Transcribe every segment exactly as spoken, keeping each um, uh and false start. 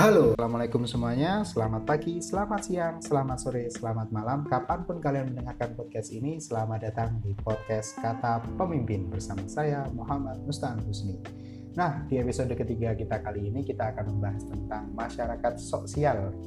Halo, Assalamualaikum semuanya. Selamat pagi, selamat siang, selamat sore, selamat malam. Kapanpun kalian mendengarkan podcast ini, selamat datang di podcast Kata Pemimpin bersama saya, Muhammad Mustaan Husni. Nah, di episode ketiga kita kali ini, kita akan membahas tentang masyarakat sosial.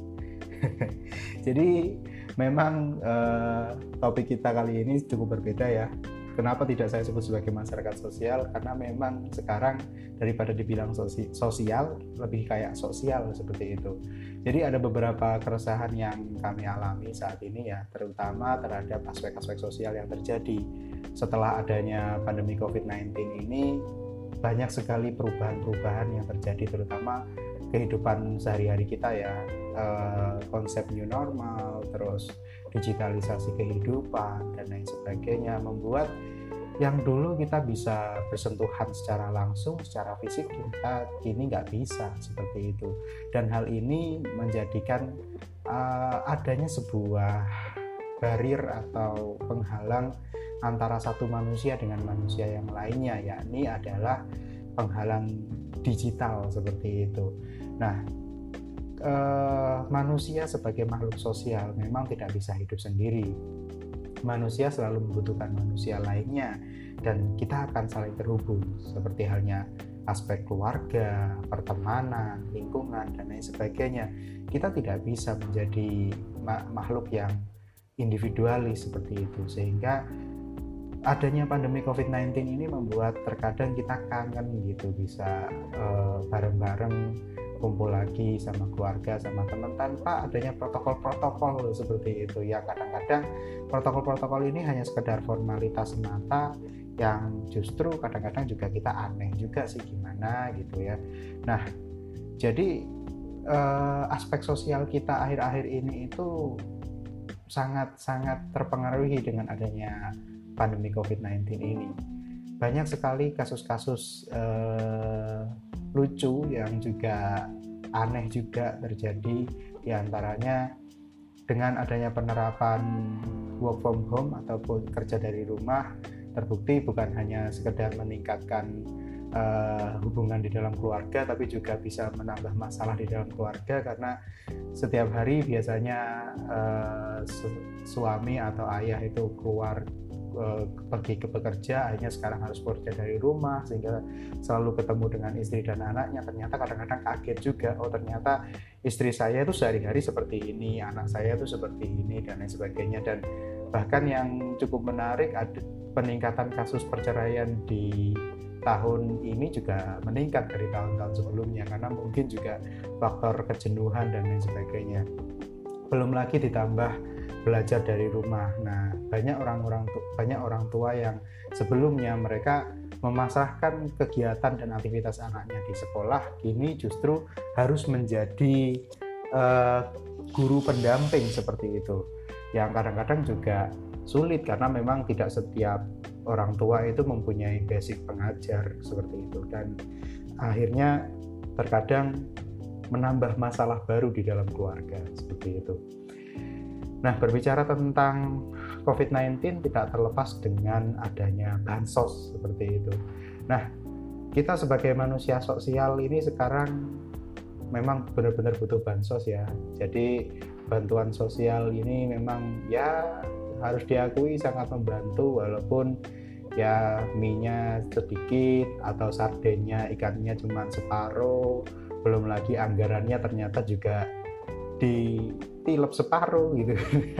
Jadi, memang eh, topik kita kali ini cukup berbeda ya. Kenapa tidak saya sebut sebagai masyarakat sosial? Karena memang sekarang daripada dibilang sosi- sosial, lebih kayak sosial seperti itu. Jadi ada beberapa keresahan yang kami alami saat ini ya, terutama terhadap aspek-aspek sosial yang terjadi. Setelah adanya pandemi covid sembilan belas ini, banyak sekali perubahan-perubahan yang terjadi, terutama kehidupan sehari-hari kita ya, eh, konsep new normal, terus digitalisasi kehidupan dan lain sebagainya, membuat yang dulu kita bisa bersentuhan secara langsung, secara fisik, kita kini nggak bisa seperti itu. Dan hal ini menjadikan uh, adanya sebuah barrier atau penghalang antara satu manusia dengan manusia yang lainnya, yakni adalah penghalang digital seperti itu. Nah, Uh, manusia sebagai makhluk sosial memang tidak bisa hidup sendiri. Manusia selalu membutuhkan manusia lainnya dan kita akan saling terhubung, seperti halnya aspek keluarga, pertemanan, lingkungan, dan lain sebagainya. Kita tidak bisa menjadi ma- makhluk yang individualis seperti itu, sehingga adanya pandemi covid sembilan belas ini membuat terkadang kita kangen gitu, bisa uh, bareng-bareng kumpul lagi sama keluarga, sama teman, tanpa adanya protokol-protokol seperti itu ya. Kadang-kadang protokol-protokol ini hanya sekedar formalitas semata yang justru kadang-kadang juga kita aneh juga sih gimana gitu ya. Nah, jadi eh, aspek sosial kita akhir-akhir ini itu sangat-sangat terpengaruhi dengan adanya pandemi covid sembilan belas ini. Banyak sekali kasus-kasus eh, lucu yang juga aneh juga terjadi, diantaranya dengan adanya penerapan work from home ataupun kerja dari rumah, terbukti bukan hanya sekedar meningkatkan uh, hubungan di dalam keluarga, tapi juga bisa menambah masalah di dalam keluarga, karena setiap hari biasanya uh, su- suami atau ayah itu keluar pergi ke bekerja, akhirnya sekarang harus bekerja dari rumah, sehingga selalu ketemu dengan istri dan anaknya. Ternyata kadang-kadang kaget juga, oh ternyata istri saya itu sehari-hari seperti ini, anak saya itu seperti ini, dan lain sebagainya. Dan bahkan yang cukup menarik, ada peningkatan kasus perceraian di tahun ini juga meningkat dari tahun-tahun sebelumnya, karena mungkin juga faktor kejenuhan dan lain sebagainya. Belum lagi ditambah belajar dari rumah. Nah, banyak orang-orang banyak orang tua yang sebelumnya mereka memasrahkan kegiatan dan aktivitas anaknya di sekolah, kini justru harus menjadi uh, guru pendamping seperti itu. Yang kadang-kadang juga sulit karena memang tidak setiap orang tua itu mempunyai basic pengajar seperti itu, dan akhirnya terkadang menambah masalah baru di dalam keluarga seperti itu. Nah, berbicara tentang covid sembilan belas tidak terlepas dengan adanya bansos seperti itu. Nah, kita sebagai manusia sosial ini sekarang memang benar-benar butuh bansos ya. Jadi bantuan sosial ini memang ya harus diakui sangat membantu, walaupun ya mie-nya sedikit atau sardennya, ikannya cuma separuh, belum lagi anggarannya ternyata juga ditilep separuh gitu.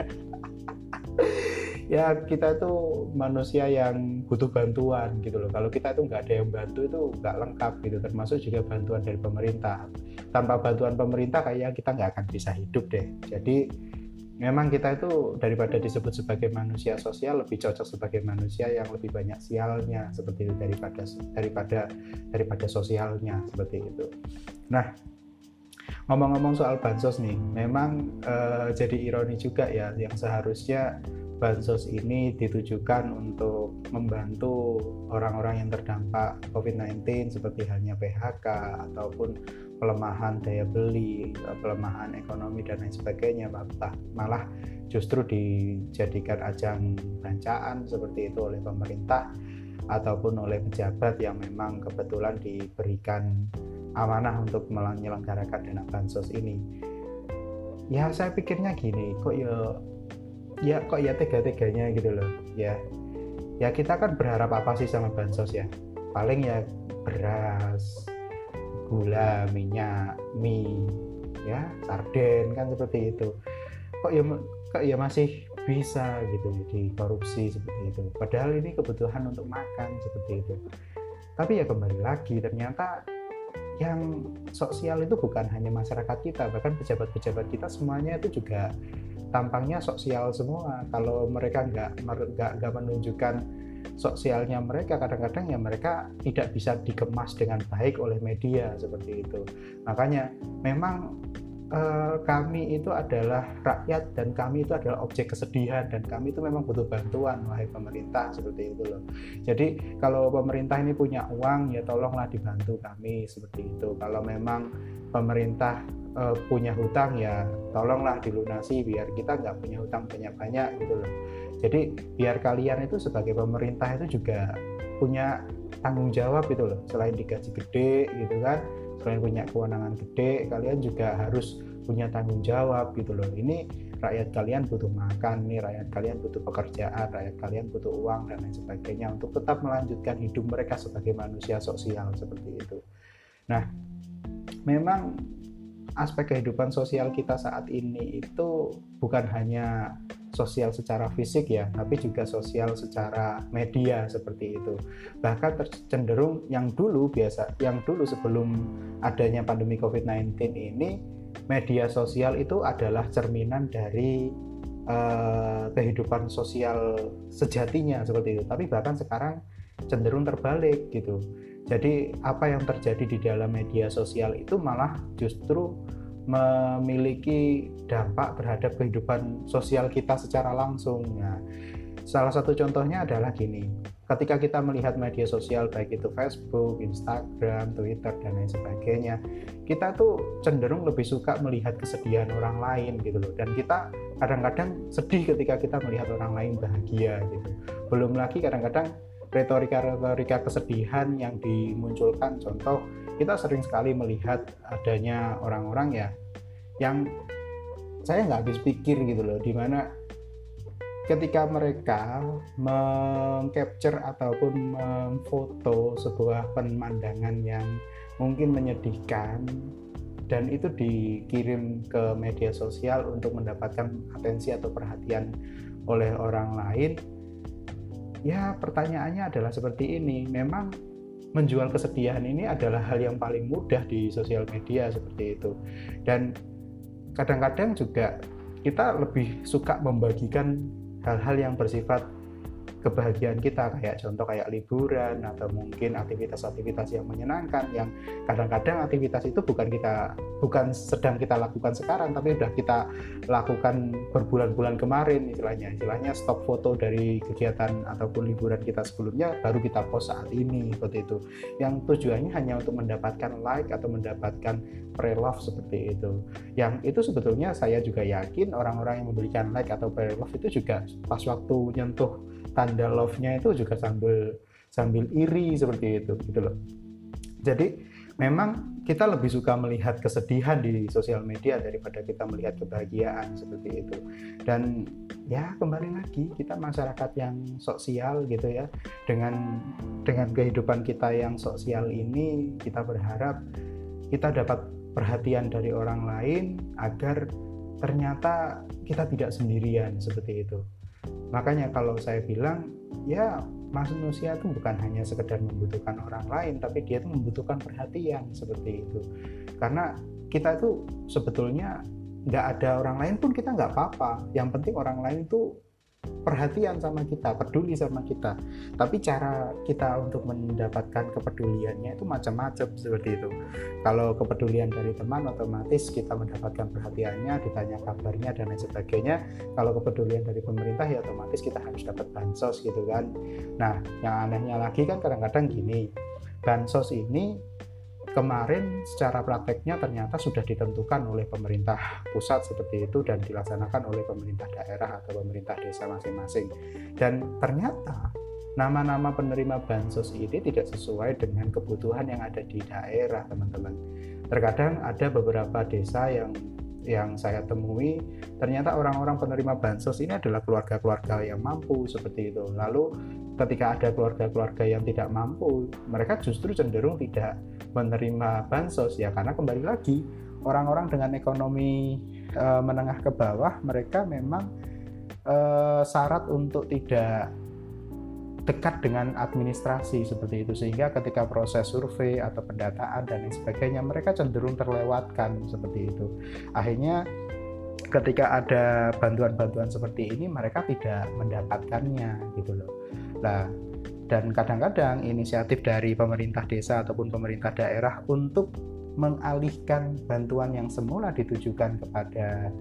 Ya kita itu manusia yang butuh bantuan gitu loh. Kalau kita itu nggak ada yang bantu itu nggak lengkap gitu, termasuk juga bantuan dari pemerintah. Tanpa bantuan pemerintah kayaknya kita nggak akan bisa hidup deh. Jadi memang kita itu daripada disebut sebagai manusia sosial, lebih cocok sebagai manusia yang lebih banyak sialnya seperti itu daripada daripada daripada sosialnya seperti itu. Nah, ngomong-ngomong soal bansos nih, memang uh, jadi ironi juga ya, yang seharusnya bansos ini ditujukan untuk membantu orang-orang yang terdampak covid sembilan belas seperti halnya P H K ataupun pelemahan daya beli, pelemahan ekonomi dan lain sebagainya, malah justru dijadikan ajang bancaan seperti itu oleh pemerintah ataupun oleh pejabat yang memang kebetulan diberikan amanah untuk menyelenggarakan dana bansos ini. Ya saya pikirnya gini, kok ya ya kok ya tega-teganya gitu loh. Ya ya kita kan berharap apa sih sama bansos ya? Paling ya beras, gula, minyak, mie, ya sarden kan seperti itu. Kok ya kok ya masih bisa gitu dikorupsi seperti itu. Padahal ini kebutuhan untuk makan seperti itu. Tapi ya kembali lagi, ternyata yang sosial itu bukan hanya masyarakat kita, bahkan pejabat-pejabat kita semuanya itu juga tampangnya sosial semua. Kalau mereka nggak nggak nggak menunjukkan sosialnya mereka, kadang-kadang ya mereka tidak bisa dikemas dengan baik oleh media seperti itu. Makanya memang Uh, kami itu adalah rakyat dan kami itu adalah objek kesedihan dan kami itu memang butuh bantuan wahai pemerintah seperti itu loh. Jadi kalau pemerintah ini punya uang ya tolonglah dibantu kami seperti itu. Kalau memang pemerintah uh, punya hutang ya tolonglah dilunasi biar kita nggak punya hutang banyak-banyak gitu loh. Jadi biar kalian itu sebagai pemerintah itu juga punya tanggung jawab gitu loh. Selain digaji gede gitu kan, selain punya kewenangan gede, kalian juga harus punya tanggung jawab gitu loh. Ini rakyat kalian butuh makan, nih rakyat kalian butuh pekerjaan, rakyat kalian butuh uang dan lain sebagainya untuk tetap melanjutkan hidup mereka sebagai manusia sosial seperti itu. Nah, memang aspek kehidupan sosial kita saat ini itu bukan hanya sosial secara fisik ya, tapi juga sosial secara media seperti itu. Bahkan cenderung yang dulu biasa, yang dulu sebelum adanya pandemi covid sembilan belas ini, media sosial itu adalah cerminan dari uh, kehidupan sosial sejatinya seperti itu. Tapi bahkan sekarang cenderung terbalik gitu. Jadi apa yang terjadi di dalam media sosial itu malah justru memiliki dampak terhadap kehidupan sosial kita secara langsung. Nah, salah satu contohnya adalah gini, ketika kita melihat media sosial baik itu Facebook, Instagram, Twitter dan lain sebagainya, kita tuh cenderung lebih suka melihat kesedihan orang lain gitu loh, dan kita kadang-kadang sedih ketika kita melihat orang lain bahagia gitu. Belum lagi kadang-kadang retorika-retorika kesedihan yang dimunculkan, contoh kita sering sekali melihat adanya orang-orang ya yang saya nggak habis pikir gitu loh, dimana ketika mereka meng-capture ataupun memfoto sebuah pemandangan yang mungkin menyedihkan dan itu dikirim ke media sosial untuk mendapatkan atensi atau perhatian oleh orang lain, ya pertanyaannya adalah seperti ini. Memang menjual kesedihan ini adalah hal yang paling mudah di sosial media seperti itu, dan kadang-kadang juga kita lebih suka membagikan hal-hal yang bersifat kebahagiaan kita, kayak contoh kayak liburan atau mungkin aktivitas-aktivitas yang menyenangkan, yang kadang-kadang aktivitas itu bukan kita bukan sedang kita lakukan sekarang, tapi sudah kita lakukan berbulan-bulan kemarin istilahnya istilahnya stop foto dari kegiatan ataupun liburan kita sebelumnya baru kita post saat ini seperti itu, yang tujuannya hanya untuk mendapatkan like atau mendapatkan pre-love seperti itu. Yang itu sebetulnya saya juga yakin orang-orang yang memberikan like atau pre-love itu juga pas waktu nyentuh tanda love-nya itu juga sambil sambil iri seperti itu gitu loh. Jadi memang kita lebih suka melihat kesedihan di sosial media daripada kita melihat kebahagiaan seperti itu. Dan ya kembali lagi, kita masyarakat yang sosial gitu ya, dengan dengan kehidupan kita yang sosial ini, kita berharap kita dapat perhatian dari orang lain agar ternyata kita tidak sendirian seperti itu. Makanya kalau saya bilang ya manusia itu bukan hanya sekedar membutuhkan orang lain, tapi dia itu membutuhkan perhatian seperti itu. Karena kita itu sebetulnya nggak ada orang lain pun kita nggak apa-apa. Yang penting orang lain itu perhatian sama kita, peduli sama kita. Tapi cara kita untuk mendapatkan kepeduliannya itu macam-macam seperti itu. Kalau kepedulian dari teman, otomatis kita mendapatkan perhatiannya, ditanya kabarnya dan lain sebagainya. Kalau kepedulian dari pemerintah ya otomatis kita harus dapat bansos gitu kan. Nah, yang anehnya lagi kan kadang-kadang gini, bansos ini kemarin secara prakteknya ternyata sudah ditentukan oleh pemerintah pusat seperti itu dan dilaksanakan oleh pemerintah daerah atau pemerintah desa masing-masing. Dan ternyata nama-nama penerima bansos ini tidak sesuai dengan kebutuhan yang ada di daerah, teman-teman. Terkadang ada beberapa desa yang yang saya temui, ternyata orang-orang penerima bansos ini adalah keluarga-keluarga yang mampu seperti itu. Lalu ketika ada keluarga-keluarga yang tidak mampu, mereka justru cenderung tidak menerima bansos, ya karena kembali lagi orang-orang dengan ekonomi e, menengah ke bawah, mereka memang e, syarat untuk tidak dekat dengan administrasi seperti itu, sehingga ketika proses survei atau pendataan dan lain sebagainya mereka cenderung terlewatkan seperti itu. Akhirnya ketika ada bantuan-bantuan seperti ini mereka tidak mendapatkannya gitu loh. Nah, dan kadang-kadang inisiatif dari pemerintah desa ataupun pemerintah daerah untuk mengalihkan bantuan yang semula ditujukan kepada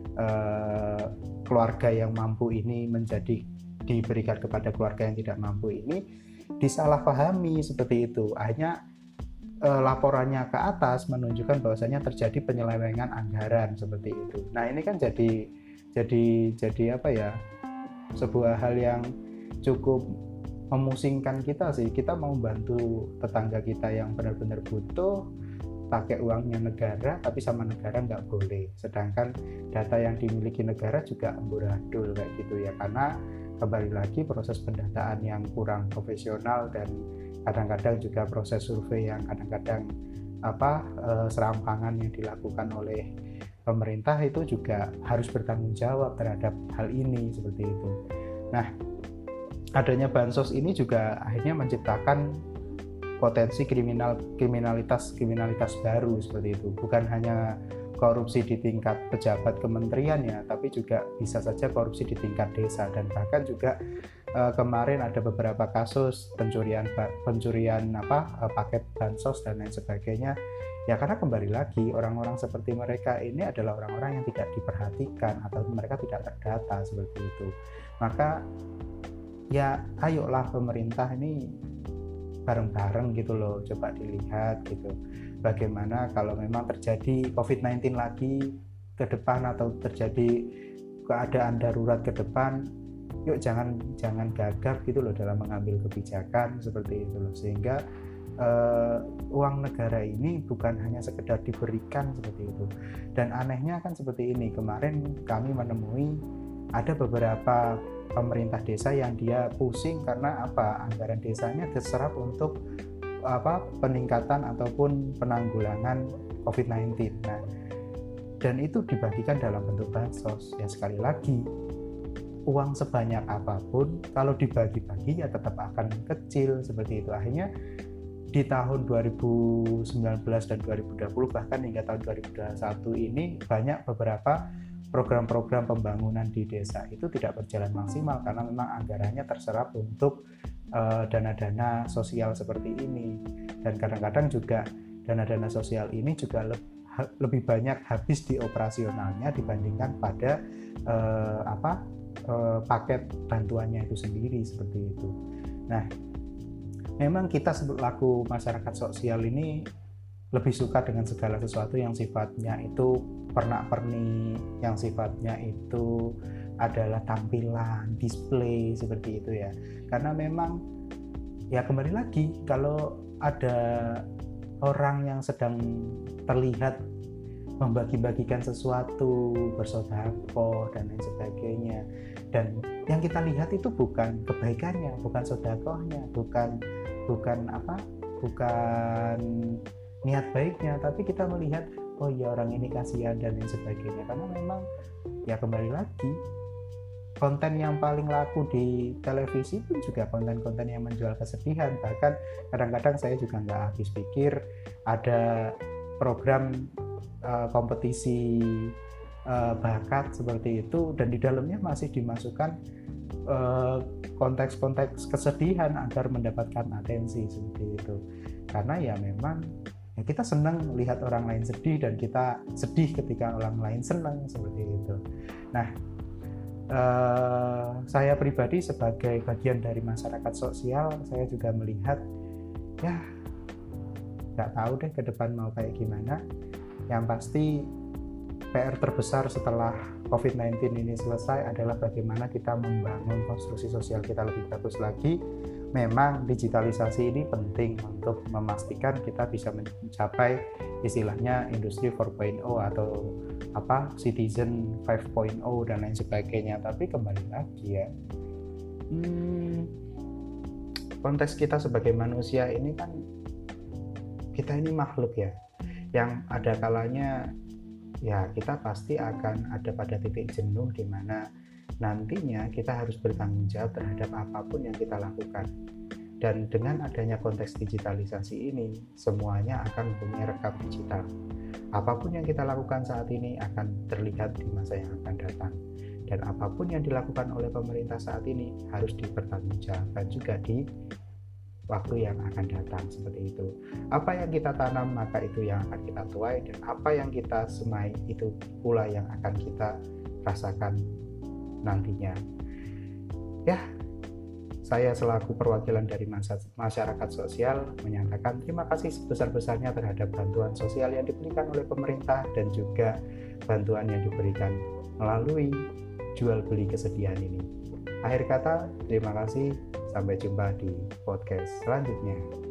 eh, keluarga yang mampu ini menjadi diberikan kepada keluarga yang tidak mampu ini disalahpahami seperti itu. Akhirnya eh, laporannya ke atas menunjukkan bahwasanya terjadi penyelewengan anggaran seperti itu. Nah, ini kan jadi jadi jadi apa ya? Sebuah hal yang cukup memusingkan kita sih. Kita mau bantu tetangga kita yang benar-benar butuh, pakai uangnya negara, tapi sama negara nggak boleh. Sedangkan data yang dimiliki negara juga amburadul kayak gitu ya, karena kembali lagi proses pendataan yang kurang profesional dan kadang-kadang juga proses survei yang kadang-kadang apa eh, serampangan yang dilakukan oleh pemerintah itu juga harus bertanggung jawab terhadap hal ini seperti itu. Nah, adanya bansos ini juga akhirnya menciptakan potensi kriminal kriminalitas kriminalitas baru seperti itu. Bukan hanya korupsi di tingkat pejabat kementerian ya, tapi juga bisa saja korupsi di tingkat desa, dan bahkan juga eh, kemarin ada beberapa kasus pencurian pencurian apa eh, paket bansos dan lain sebagainya. Ya karena kembali lagi orang-orang seperti mereka ini adalah orang-orang yang tidak diperhatikan atau mereka tidak terdata seperti itu. Maka ya ayolah pemerintah ini bareng-bareng gitu loh, coba dilihat gitu bagaimana kalau memang terjadi covid sembilan belas lagi ke depan atau terjadi keadaan darurat ke depan, yuk jangan jangan gagap gitu loh dalam mengambil kebijakan seperti itu loh, sehingga uh, uang negara ini bukan hanya sekedar diberikan seperti itu. Dan anehnya kan seperti ini, kemarin kami menemui ada beberapa pemerintah desa yang dia pusing karena apa, anggaran desanya diserap untuk apa peningkatan ataupun penanggulangan covid sembilan belas. Nah, dan itu dibagikan dalam bentuk bansos. Ya sekali lagi, uang sebanyak apapun kalau dibagi-bagi ya tetap akan kecil seperti itu. Akhirnya di tahun dua ribu sembilan belas dan dua ribu dua puluh bahkan hingga tahun dua ribu dua puluh satu ini banyak beberapa program-program pembangunan di desa itu tidak berjalan maksimal karena memang anggarannya terserap untuk uh, dana-dana sosial seperti ini. Dan kadang-kadang juga dana-dana sosial ini juga le- ha- lebih banyak habis di operasionalnya dibandingkan pada uh, apa uh, paket bantuannya itu sendiri seperti itu. Nah, memang kita selaku masyarakat sosial ini lebih suka dengan segala sesuatu yang sifatnya itu pernak-pernik, yang sifatnya itu adalah tampilan, display seperti itu ya. Karena memang ya kembali lagi, kalau ada orang yang sedang terlihat membagi-bagikan sesuatu, bersedekah dan lain sebagainya, dan yang kita lihat itu bukan kebaikannya, bukan sedekahnya, bukan bukan apa, bukan niat baiknya, tapi kita melihat oh ya orang ini kasihan dan lain sebagainya. Karena memang ya kembali lagi, konten yang paling laku di televisi pun juga konten-konten yang menjual kesedihan. Bahkan kadang-kadang saya juga nggak habis pikir ada program uh, kompetisi uh, bakat seperti itu, dan di dalamnya masih dimasukkan uh, konteks-konteks kesedihan agar mendapatkan atensi seperti itu. Karena ya memang ya kita senang lihat orang lain sedih dan kita sedih ketika orang lain senang seperti itu. Nah, eh, saya pribadi sebagai bagian dari masyarakat sosial, saya juga melihat ya nggak tahu deh ke depan mau kayak gimana. Yang pasti P R terbesar setelah covid sembilan belas ini selesai adalah bagaimana kita membangun konstruksi sosial kita lebih bagus lagi memang digitalisasi ini penting untuk memastikan kita bisa mencapai istilahnya industri empat titik nol atau apa citizen lima titik nol dan lain sebagainya. Tapi kembali lagi ya, hmm, konteks kita sebagai manusia ini kan, kita ini makhluk ya, yang ada kalanya ya kita pasti akan ada pada titik jenuh di mana nantinya kita harus bertanggung jawab terhadap apapun yang kita lakukan. Dan dengan adanya konteks digitalisasi ini, semuanya akan mempunyai rekam digital. Apapun yang kita lakukan saat ini akan terlihat di masa yang akan datang. Dan apapun yang dilakukan oleh pemerintah saat ini harus dipertanggungjawabkan juga di waktu yang akan datang, seperti itu. Apa yang kita tanam maka itu yang akan kita tuai, dan apa yang kita semai itu pula yang akan kita rasakan nantinya. Ya, saya selaku perwakilan dari masyarakat sosial menyatakan terima kasih sebesar-besarnya terhadap bantuan sosial yang diberikan oleh pemerintah dan juga bantuan yang diberikan melalui jual beli kesedihan ini. Akhir kata, terima kasih. Sampai jumpa di podcast selanjutnya.